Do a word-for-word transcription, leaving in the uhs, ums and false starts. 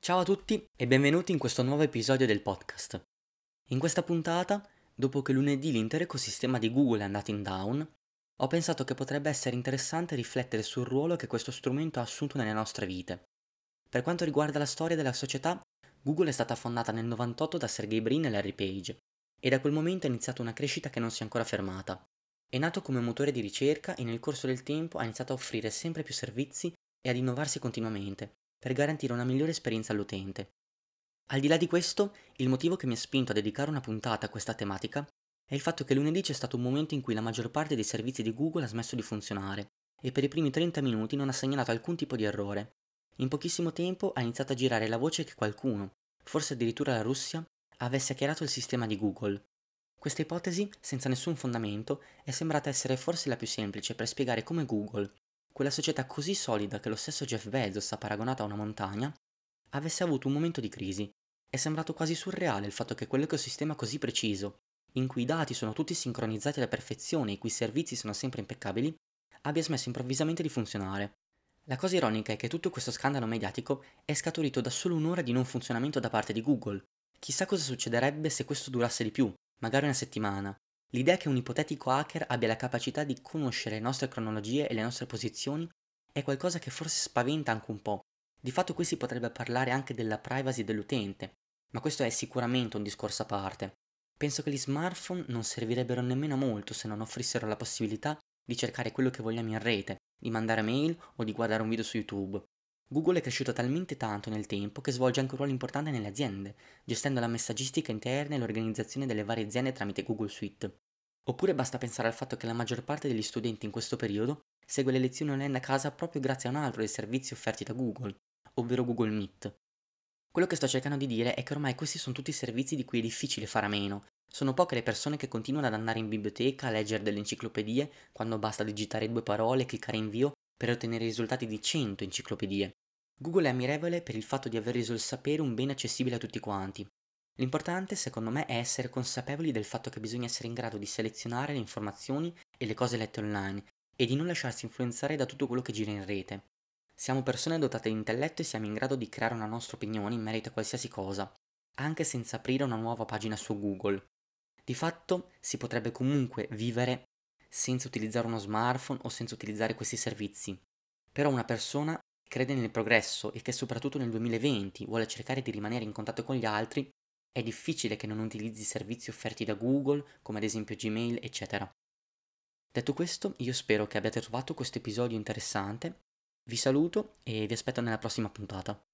Ciao a tutti e benvenuti in questo nuovo episodio del podcast. In questa puntata, dopo che lunedì l'intero ecosistema di Google è andato in down, ho pensato che potrebbe essere interessante riflettere sul ruolo che questo strumento ha assunto nelle nostre vite. Per quanto riguarda la storia della società, Google è stata fondata nel novantotto da Sergey Brin e Larry Page, e da quel momento è iniziata una crescita che non si è ancora fermata. È nato come motore di ricerca e nel corso del tempo ha iniziato a offrire sempre più servizi e ad innovarsi continuamente, per garantire una migliore esperienza all'utente. Al di là di questo, il motivo che mi ha spinto a dedicare una puntata a questa tematica è il fatto che lunedì c'è stato un momento in cui la maggior parte dei servizi di Google ha smesso di funzionare e per i primi trenta minuti non ha segnalato alcun tipo di errore. In pochissimo tempo ha iniziato a girare la voce che qualcuno, forse addirittura la Russia, avesse hackerato il sistema di Google. Questa ipotesi, senza nessun fondamento, è sembrata essere forse la più semplice per spiegare come Google, quella società così solida che lo stesso Jeff Bezos ha paragonato a una montagna, avesse avuto un momento di crisi. È sembrato quasi surreale il fatto che quell'ecosistema così preciso, in cui i dati sono tutti sincronizzati alla perfezione e i cui servizi sono sempre impeccabili, abbia smesso improvvisamente di funzionare. La cosa ironica è che tutto questo scandalo mediatico è scaturito da solo un'ora di non funzionamento da parte di Google. Chissà cosa succederebbe se questo durasse di più, magari una settimana. L'idea che un ipotetico hacker abbia la capacità di conoscere le nostre cronologie e le nostre posizioni è qualcosa che forse spaventa anche un po'. Di fatto qui si potrebbe parlare anche della privacy dell'utente, ma questo è sicuramente un discorso a parte. Penso che gli smartphone non servirebbero nemmeno a molto se non offrissero la possibilità di cercare quello che vogliamo in rete, di mandare mail o di guardare un video su YouTube. Google è cresciuto talmente tanto nel tempo che svolge anche un ruolo importante nelle aziende, gestendo la messaggistica interna e l'organizzazione delle varie aziende tramite Google Suite. Oppure basta pensare al fatto che la maggior parte degli studenti in questo periodo segue le lezioni online a casa proprio grazie a un altro dei servizi offerti da Google, ovvero Google Meet. Quello che sto cercando di dire è che ormai questi sono tutti servizi di cui è difficile fare a meno. Sono poche le persone che continuano ad andare in biblioteca a leggere delle enciclopedie quando basta digitare due parole e cliccare invio per ottenere i risultati di cento enciclopedie. Google è ammirevole per il fatto di aver reso il sapere un bene accessibile a tutti quanti. L'importante, secondo me, è essere consapevoli del fatto che bisogna essere in grado di selezionare le informazioni e le cose lette online e di non lasciarsi influenzare da tutto quello che gira in rete. Siamo persone dotate di intelletto e siamo in grado di creare una nostra opinione in merito a qualsiasi cosa, anche senza aprire una nuova pagina su Google. Di fatto si potrebbe comunque vivere senza utilizzare uno smartphone o senza utilizzare questi servizi. Però una persona che crede nel progresso e che soprattutto nel duemilaventi vuole cercare di rimanere in contatto con gli altri, è difficile che non utilizzi servizi offerti da Google, come ad esempio Gmail, eccetera. Detto questo, io spero che abbiate trovato questo episodio interessante. Vi saluto e vi aspetto nella prossima puntata.